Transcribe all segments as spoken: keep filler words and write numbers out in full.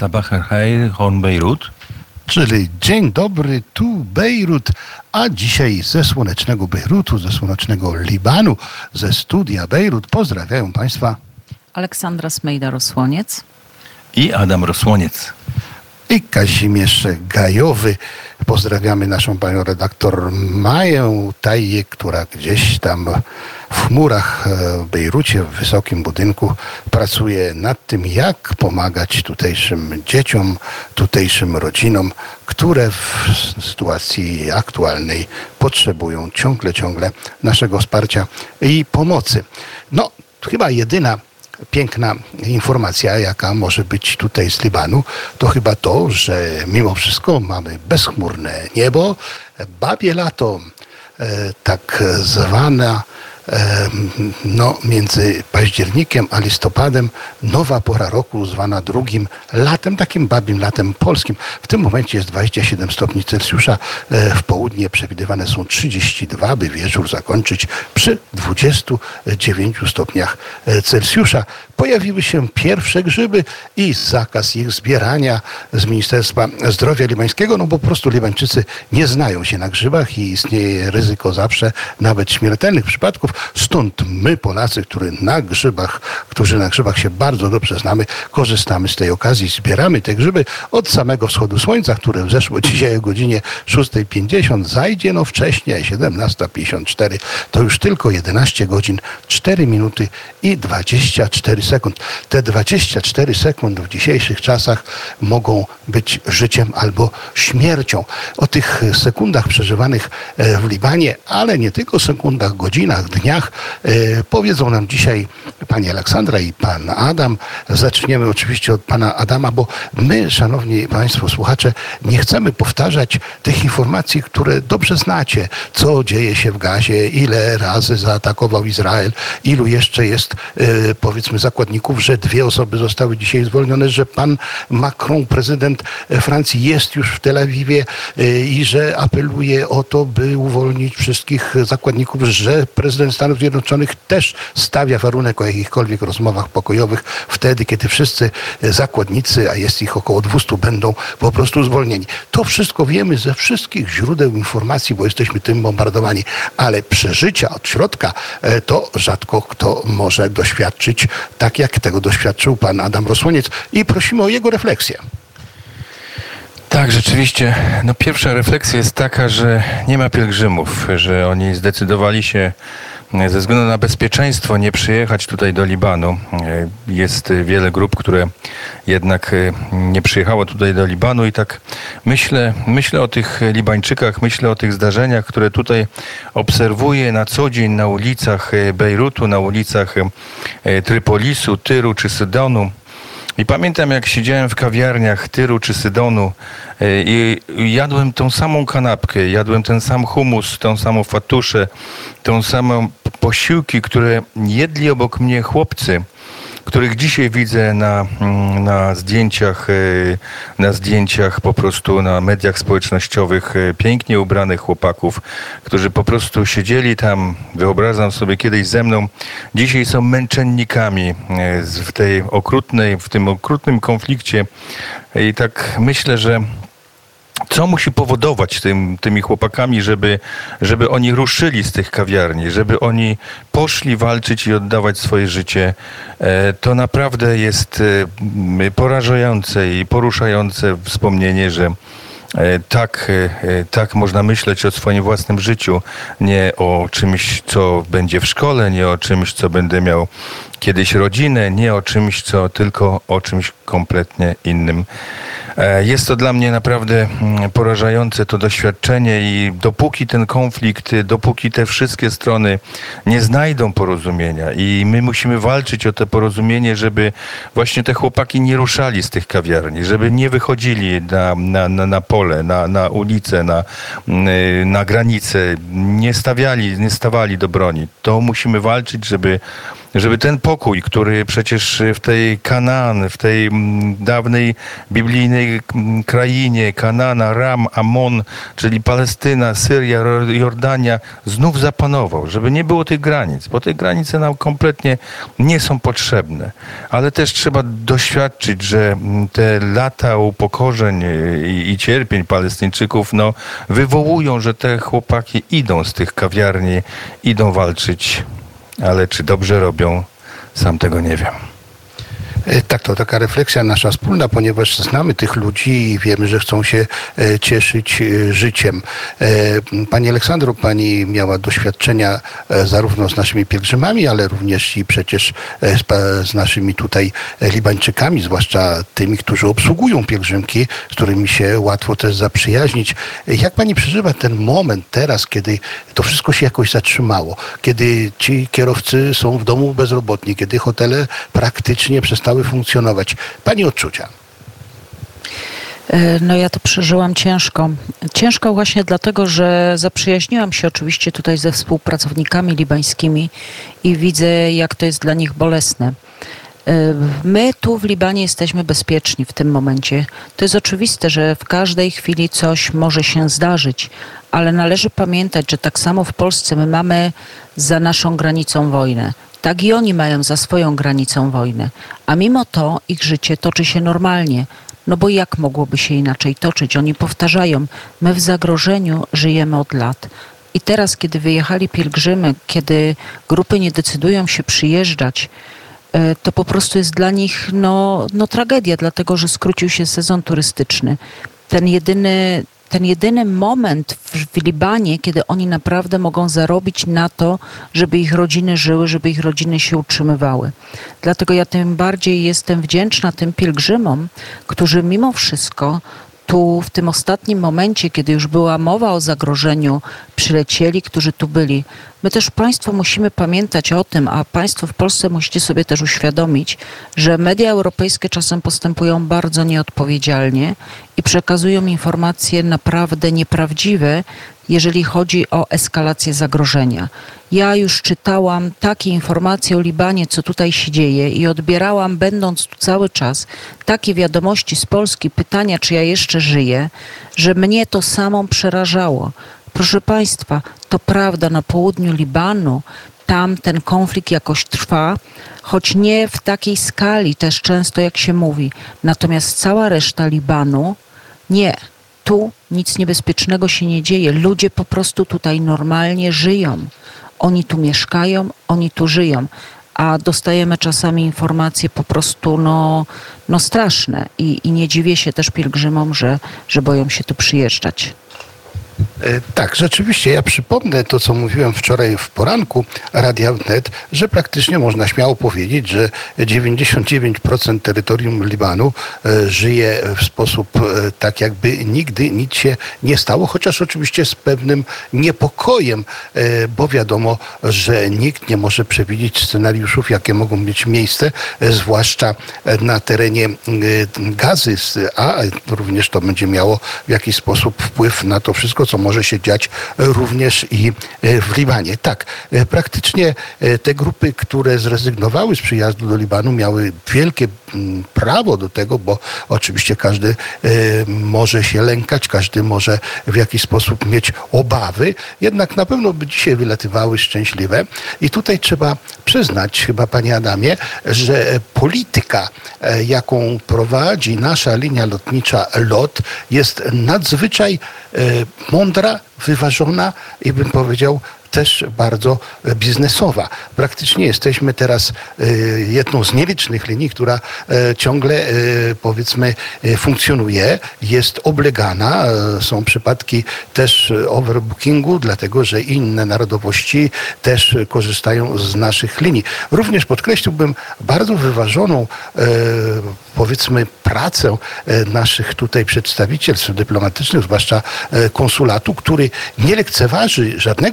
Sabah al-Khair, Hon Bejrut. Czyli dzień dobry, tu Bejrut, a dzisiaj ze słonecznego Bejrutu, ze słonecznego Libanu, ze studia Bejrut pozdrawiają Państwa Aleksandra Smejda-Rosłoniec i Adam Rosłoniec. I Kazimierz Gajowy. Pozdrawiamy naszą panią redaktor Maję Tajję, która gdzieś tam w chmurach w Bejrucie, w wysokim budynku pracuje nad tym, jak pomagać tutejszym dzieciom, tutejszym rodzinom, które w sytuacji aktualnej potrzebują ciągle, ciągle naszego wsparcia i pomocy. No, chyba jedyna piękna informacja, jaka może być tutaj z Libanu, to chyba to, że mimo wszystko mamy bezchmurne niebo, babie lato, tak zwana, no, między październikiem a listopadem nowa pora roku zwana drugim latem, takim babim latem polskim. W tym momencie jest dwadzieścia siedem stopni Celsjusza, w południe przewidywane są trzydzieści dwa, by wieczór zakończyć przy dwudziestu dziewięciu stopniach Celsjusza. Pojawiły się pierwsze grzyby i zakaz ich zbierania z Ministerstwa Zdrowia libańskiego, no bo po prostu Libańczycy nie znają się na grzybach i istnieje ryzyko zawsze nawet śmiertelnych przypadków. Stąd my, Polacy, którzy na grzybach, którzy na grzybach się bardzo dobrze znamy, korzystamy z tej okazji, zbieramy te grzyby od samego wschodu słońca, które wzeszło dzisiaj o godzinie szósta pięćdziesiąt, zajdzie no wcześniej, siedemnasta pięćdziesiąt cztery, to już tylko jedenaście godzin, cztery minuty i dwadzieścia cztery sekund. Te dwadzieścia cztery sekund w dzisiejszych czasach mogą być życiem albo śmiercią. O tych sekundach przeżywanych w Libanie, ale nie tylko sekundach, godzinach, dniach powiedzą nam dzisiaj pani Aleksandra i pan Adam. Zaczniemy oczywiście od pana Adama, bo my, szanowni państwo słuchacze, nie chcemy powtarzać tych informacji, które dobrze znacie. Co dzieje się w Gazie, ile razy zaatakował Izrael, ilu jeszcze jest powiedzmy zakładników, że dwie osoby zostały dzisiaj zwolnione, że pan Macron, prezydent Francji, jest już w Tel Awiwie i że apeluje o to, by uwolnić wszystkich zakładników, że prezydent Stanów Zjednoczonych też stawia warunek o jakichkolwiek rozmowach pokojowych wtedy, kiedy wszyscy zakładnicy, a jest ich około dwieście, będą po prostu zwolnieni. To wszystko wiemy ze wszystkich źródeł informacji, bo jesteśmy tym bombardowani, ale przeżycia od środka to rzadko kto może doświadczyć, tak jak tego doświadczył pan Adam Rosłoniec i prosimy o jego refleksję. Tak, rzeczywiście. No, pierwsza refleksja jest taka, że nie ma pielgrzymów, że oni zdecydowali się ze względu na bezpieczeństwo nie przyjechać tutaj do Libanu. Jest wiele grup, które jednak nie przyjechało tutaj do Libanu i tak myślę, myślę o tych Libańczykach, myślę o tych zdarzeniach, które tutaj obserwuję na co dzień na ulicach Bejrutu, na ulicach Trypolisu, Tyru czy Sydonu. I pamiętam, jak siedziałem w kawiarniach Tyru czy Sydonu i jadłem tą samą kanapkę, jadłem ten sam humus, tą samą fatuszę, tą samą posiłki, które jedli obok mnie chłopcy, których dzisiaj widzę na, na zdjęciach, na zdjęciach po prostu na mediach społecznościowych, pięknie ubranych chłopaków, którzy po prostu siedzieli tam, wyobrażam sobie kiedyś ze mną, dzisiaj są męczennikami w tej okrutnej, w tym okrutnym konflikcie i tak myślę, że co musi powodować tym, tymi chłopakami, żeby, żeby oni ruszyli z tych kawiarni, żeby oni poszli walczyć i oddawać swoje życie. To naprawdę jest porażające i poruszające wspomnienie, że tak, tak można myśleć o swoim własnym życiu, nie o czymś, co będzie w szkole, nie o czymś, co będę miał kiedyś rodzinę, nie o czymś, co tylko o czymś kompletnie innym. Jest to dla mnie naprawdę porażające to doświadczenie i dopóki ten konflikt, dopóki te wszystkie strony nie znajdą porozumienia i my musimy walczyć o to porozumienie, żeby właśnie te chłopaki nie ruszali z tych kawiarni, żeby nie wychodzili na, na, na, na pole, na, na ulicę, na, na granicę, nie stawiali, nie stawali do broni. To musimy walczyć, żeby żeby ten pokój, który przecież w tej Kanaan, w tej mm, dawnej biblijnej mm, krainie, Kanana, Ram, Amon, czyli Palestyna, Syria, Ro- Jordania, znów zapanował, żeby nie było tych granic, bo te granice nam kompletnie nie są potrzebne. Ale też trzeba doświadczyć, że mm, te lata upokorzeń i, i cierpień Palestyńczyków, no, wywołują, że te chłopaki idą z tych kawiarni, idą walczyć, ale czy dobrze robią, sam tego nie wiem. E, Tak, to taka refleksja nasza wspólna, ponieważ znamy tych ludzi i wiemy, że chcą się e, cieszyć e, życiem. E, Pani Aleksandro, Pani miała doświadczenia e, zarówno z naszymi pielgrzymami, ale również i przecież e, z, pa- z naszymi tutaj e, Libańczykami, zwłaszcza tymi, którzy obsługują pielgrzymki, z którymi się łatwo też zaprzyjaźnić. E, Jak Pani przeżywa ten moment teraz, kiedy to wszystko się jakoś zatrzymało, kiedy ci kierowcy są w domu bezrobotni, kiedy hotele praktycznie przestały funkcjonować? Pani odczucia? E, No ja to przeżyłam ciężko. Ciężko właśnie dlatego, że zaprzyjaźniłam się oczywiście tutaj ze współpracownikami libańskimi i widzę, jak to jest dla nich bolesne. E, My tu w Libanie jesteśmy bezpieczni w tym momencie. To jest oczywiste, że w każdej chwili coś może się zdarzyć, ale należy pamiętać, że tak samo w Polsce my mamy za naszą granicą wojnę. Tak i oni mają za swoją granicą wojnę. A mimo to ich życie toczy się normalnie. No bo jak mogłoby się inaczej toczyć? Oni powtarzają, my w zagrożeniu żyjemy od lat. I teraz, kiedy wyjechali pielgrzymy, kiedy grupy nie decydują się przyjeżdżać, e, to po prostu jest dla nich no, no tragedia, dlatego że skrócił się sezon turystyczny. Ten jedyny, ten jedyny moment w, w Libanie, kiedy oni naprawdę mogą zarobić na to, żeby ich rodziny żyły, żeby ich rodziny się utrzymywały. Dlatego ja tym bardziej jestem wdzięczna tym pielgrzymom, którzy mimo wszystko tu w tym ostatnim momencie, kiedy już była mowa o zagrożeniu, przylecieli, którzy tu byli. My też Państwo musimy pamiętać o tym, a Państwo w Polsce musicie sobie też uświadomić, że media europejskie czasem postępują bardzo nieodpowiedzialnie i przekazują informacje naprawdę nieprawdziwe, jeżeli chodzi o eskalację zagrożenia. Ja już czytałam takie informacje o Libanie, co tutaj się dzieje i odbierałam, będąc tu cały czas, takie wiadomości z Polski, pytania, czy ja jeszcze żyję, że mnie to samą przerażało. Proszę Państwa, to prawda, na południu Libanu tam ten konflikt jakoś trwa, choć nie w takiej skali też często, jak się mówi. Natomiast cała reszta Libanu nie. Tu nic niebezpiecznego się nie dzieje. Ludzie po prostu tutaj normalnie żyją. Oni tu mieszkają, oni tu żyją. A dostajemy czasami informacje po prostu no, no straszne. I, I nie dziwię się też pielgrzymom, że, że boją się tu przyjeżdżać. E, Tak, rzeczywiście. Ja przypomnę to, co mówiłem wczoraj w poranku Radia Wnet, że praktycznie można śmiało powiedzieć, że dziewięćdziesiąt dziewięć procent terytorium Libanu e, żyje w sposób e, tak, jakby nigdy nic się nie stało, chociaż oczywiście z pewnym niepokojem, e, bo wiadomo, że nikt nie może przewidzieć scenariuszów, jakie mogą mieć miejsce, e, zwłaszcza na terenie e, Gazy, s- a również to będzie miało w jakiś sposób wpływ na to wszystko, co może się dziać również i w Libanie. Tak, praktycznie te grupy, które zrezygnowały z przyjazdu do Libanu, miały wielkie mm, prawo do tego, bo oczywiście każdy e, może się lękać, każdy może w jakiś sposób mieć obawy, jednak na pewno by dzisiaj wylatywały szczęśliwe. I tutaj trzeba przyznać, chyba Panie Adamie, że polityka, e, jaką prowadzi nasza linia lotnicza LOT, jest nadzwyczaj e, mądra, wyważona i bym powiedział też bardzo biznesowa. Praktycznie jesteśmy teraz e, jedną z nielicznych linii, która e, ciągle e, powiedzmy e, funkcjonuje, jest oblegana. E, Są przypadki też e, overbookingu, dlatego że inne narodowości też e, korzystają z naszych linii. Również podkreśliłbym bardzo wyważoną e, powiedzmy pracę e, naszych tutaj przedstawicielstw dyplomatycznych, zwłaszcza e, konsulatu, który nie lekceważy żadnego zagrożenia,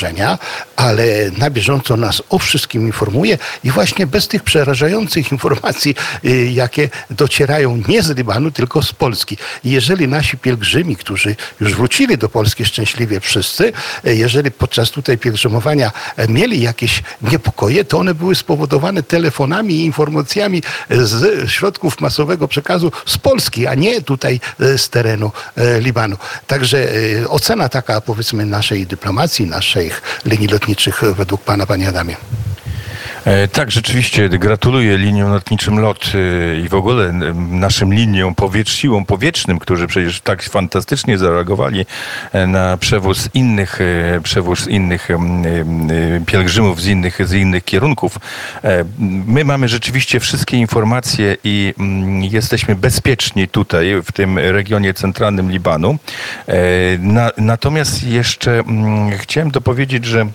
zagrożenia, ale na bieżąco nas o wszystkim informuje i właśnie bez tych przerażających informacji, jakie docierają nie z Libanu, tylko z Polski. Jeżeli nasi pielgrzymi, którzy już wrócili do Polski szczęśliwie wszyscy, jeżeli podczas tutaj pielgrzymowania mieli jakieś niepokoje, to one były spowodowane telefonami i informacjami z środków masowego przekazu z Polski, a nie tutaj z terenu Libanu. Także ocena taka, powiedzmy, naszej dyplomacji, naszych linii lotniczych według pana, panie Adamie. Tak, rzeczywiście gratuluję liniom lotniczym LOT i w ogóle naszym liniom powietrz, siłom powietrznym, którzy przecież tak fantastycznie zareagowali na przewóz innych, przewóz innych pielgrzymów z innych, z innych kierunków. My mamy rzeczywiście wszystkie informacje i jesteśmy bezpieczni tutaj, w tym regionie centralnym Libanu. Natomiast jeszcze chciałem dopowiedzieć, że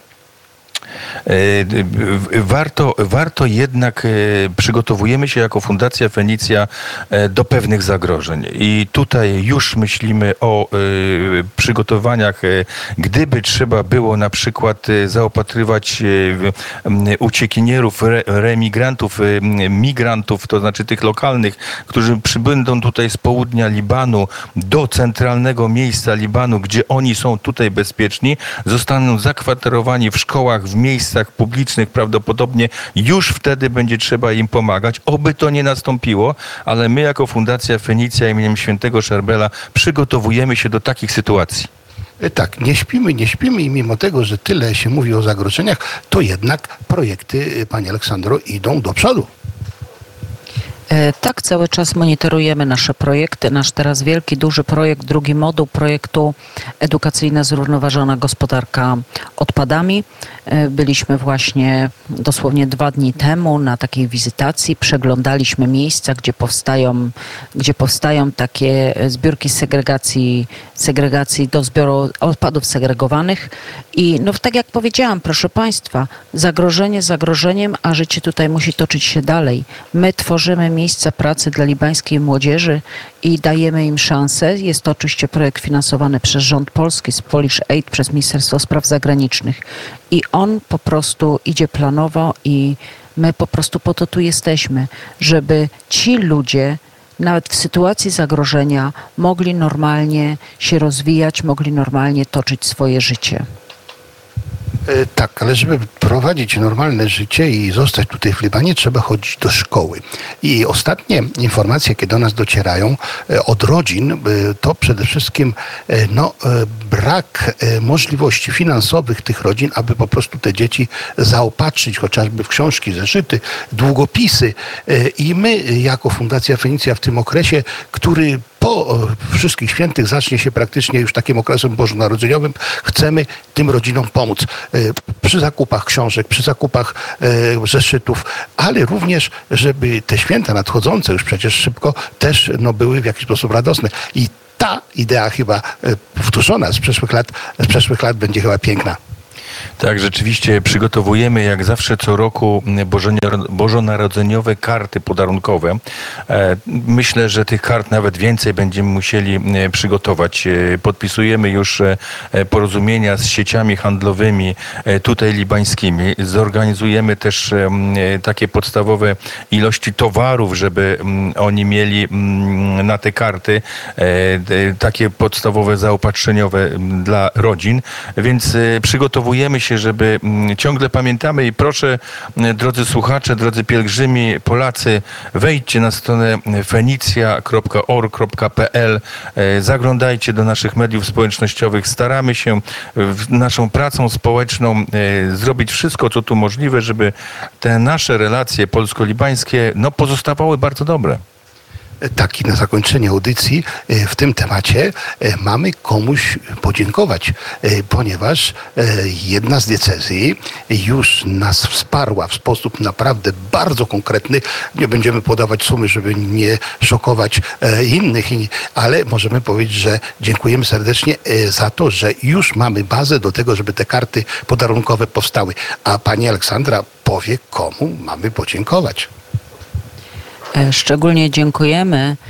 Warto, warto jednak, przygotowujemy się jako Fundacja Fenicja do pewnych zagrożeń i tutaj już myślimy o przygotowaniach, gdyby trzeba było na przykład zaopatrywać uciekinierów, remigrantów, migrantów, to znaczy tych lokalnych, którzy przybędą tutaj z południa Libanu do centralnego miejsca Libanu, gdzie oni są tutaj bezpieczni, zostaną zakwaterowani w szkołach, w miejscach publicznych, prawdopodobnie już wtedy będzie trzeba im pomagać. Oby to nie nastąpiło, ale my jako Fundacja Fenicja imieniem świętego Szarbela przygotowujemy się do takich sytuacji. Tak, nie śpimy, nie śpimy i mimo tego, że tyle się mówi o zagrożeniach, to jednak projekty, panie Aleksandro, idą do przodu. Tak, cały czas monitorujemy nasze projekty. Nasz teraz wielki, duży projekt, drugi moduł projektu Edukacyjna Zrównoważona Gospodarka Odpadami. Byliśmy właśnie dosłownie dwa dni temu na takiej wizytacji. Przeglądaliśmy miejsca, gdzie powstają, gdzie powstają takie zbiórki segregacji, segregacji do zbioru odpadów segregowanych. I no tak jak powiedziałam, proszę Państwa, zagrożenie zagrożeniem, a życie tutaj musi toczyć się dalej. My tworzymy miejsca pracy dla libańskiej młodzieży i dajemy im szansę. Jest to oczywiście projekt finansowany przez rząd polski, z Polish Aid, przez Ministerstwo Spraw Zagranicznych. I on po prostu idzie planowo i my po prostu po to tu jesteśmy, żeby ci ludzie nawet w sytuacji zagrożenia mogli normalnie się rozwijać, mogli normalnie toczyć swoje życie. Tak, ale żeby prowadzić normalne życie i zostać tutaj w Libanie, trzeba chodzić do szkoły. I ostatnie informacje, jakie do nas docierają od rodzin, to przede wszystkim no, brak możliwości finansowych tych rodzin, aby po prostu te dzieci zaopatrzyć chociażby w książki, zeszyty, długopisy. I my jako Fundacja Fenicja w tym okresie, który po Wszystkich Świętych zacznie się praktycznie już takim okresem bożonarodzeniowym, chcemy tym rodzinom pomóc przy zakupach książek, przy zakupach zeszytów, ale również, żeby te święta nadchodzące już przecież szybko też no, były w jakiś sposób radosne. I ta idea chyba powtórzona z przeszłych lat, z przeszłych lat będzie chyba piękna. Tak, rzeczywiście przygotowujemy jak zawsze co roku bożonarodzeniowe karty podarunkowe. Myślę, że tych kart nawet więcej będziemy musieli przygotować. Podpisujemy już porozumienia z sieciami handlowymi tutaj libańskimi. Zorganizujemy też takie podstawowe ilości towarów, żeby oni mieli na te karty takie podstawowe zaopatrzeniowe dla rodzin. Więc przygotowujemy się, żeby ciągle pamiętamy i proszę, drodzy słuchacze, drodzy pielgrzymi, Polacy, wejdźcie na stronę fenicja kropka org kropka pe el, zaglądajcie do naszych mediów społecznościowych, staramy się naszą pracą społeczną zrobić wszystko, co tu możliwe, żeby te nasze relacje polsko-libańskie no, pozostawały bardzo dobre. Tak, i na zakończenie audycji w tym temacie mamy komuś podziękować, ponieważ jedna z diecezji już nas wsparła w sposób naprawdę bardzo konkretny. Nie będziemy podawać sumy, żeby nie szokować innych, ale możemy powiedzieć, że dziękujemy serdecznie za to, że już mamy bazę do tego, żeby te karty podarunkowe powstały. A pani Aleksandra powie, komu mamy podziękować. Szczególnie dziękujemy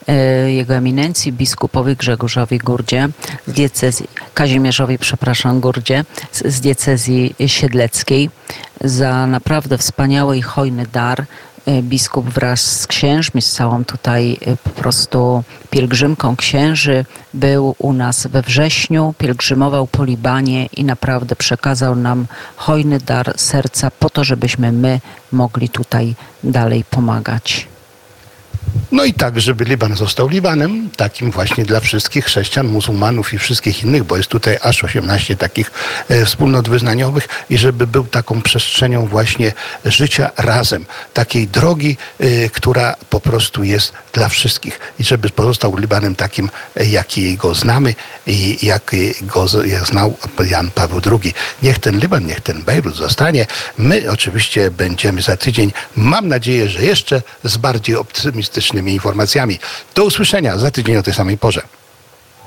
jego eminencji biskupowi Grzegorzowi Gurdzie z diecezji, Kazimierzowi, przepraszam, Gurdzie z, z diecezji siedleckiej za naprawdę wspaniały i hojny dar. Biskup wraz z księżmi, z całą tutaj po prostu pielgrzymką księży był u nas we wrześniu, pielgrzymował po Libanie i naprawdę przekazał nam hojny dar serca po to, żebyśmy my mogli tutaj dalej pomagać. No i tak, żeby Liban został Libanem, takim właśnie dla wszystkich chrześcijan, muzułmanów i wszystkich innych, bo jest tutaj aż osiemnaście takich e, wspólnot wyznaniowych i żeby był taką przestrzenią właśnie życia razem, takiej drogi, e, która po prostu jest dla wszystkich i żeby pozostał Libanem takim, e, jaki go znamy i jak go z, jak znał Jan Paweł drugi. Niech ten Liban, niech ten Bejrut zostanie. My oczywiście będziemy za tydzień, mam nadzieję, że jeszcze z bardziej optymistycznymi informacjami. Do usłyszenia za tydzień o tej samej porze.